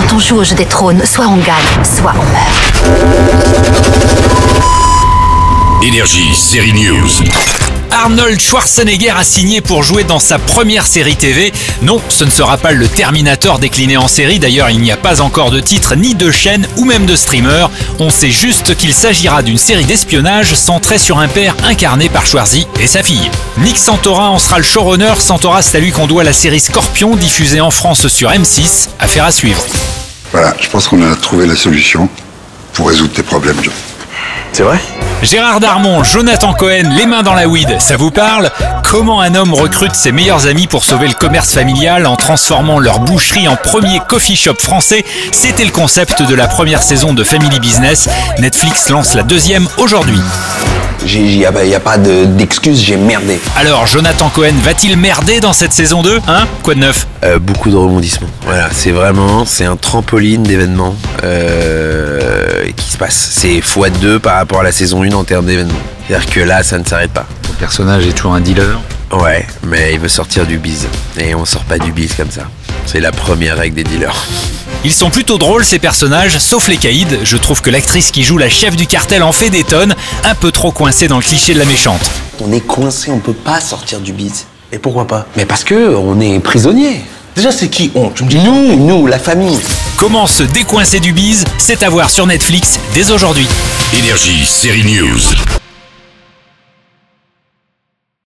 Quand on joue au jeu des trônes, soit on gagne, soit on meurt. Énergie, série News. Arnold Schwarzenegger a signé pour jouer dans sa première série TV. Non, ce ne sera pas le Terminator décliné en série. D'ailleurs, il n'y a pas encore de titre, ni de chaîne ou même de streamer. On sait juste qu'il s'agira d'une série d'espionnage centrée sur un père incarné par Schwarzy et sa fille. Nick Santora en sera le showrunner. Santora, c'est à lui qu'on doit la série Scorpion, diffusée en France sur M6. Affaire à suivre. Voilà, je pense qu'on a trouvé la solution pour résoudre tes problèmes, Joe. C'est vrai ? Gérard Darmon, Jonathan Cohen, les mains dans la weed, ça vous parle ? Comment un homme recrute ses meilleurs amis pour sauver le commerce familial en transformant leur boucherie en premier coffee shop français ? C'était le concept de la première saison de Family Business. Netflix lance la deuxième aujourd'hui. Il y a pas d'excuse, j'ai merdé. Alors, Jonathan Cohen va-t-il merder dans cette saison 2 ? Hein ? Quoi de neuf ? Beaucoup de rebondissements. Voilà, c'est un trampoline d'événements qui se passe. C'est x2 par rapport à la saison 1 en termes d'événements. C'est-à-dire que là, ça ne s'arrête pas. Ton personnage est toujours un dealer. Ouais, mais il veut sortir du biz. Et on sort pas du biz comme ça. C'est la première règle des dealers. Ils sont plutôt drôles ces personnages, sauf les caïds. Je trouve que l'actrice qui joue la chef du cartel en fait des tonnes, un peu trop coincée dans le cliché de la méchante. On est coincé, on peut pas sortir du biz. Et pourquoi pas ? Mais parce que on est prisonnier. Déjà, c'est qui on ? Tu me dis nous, la famille. Comment se décoincer du biz ? C'est à voir sur Netflix dès aujourd'hui. Énergie, série News.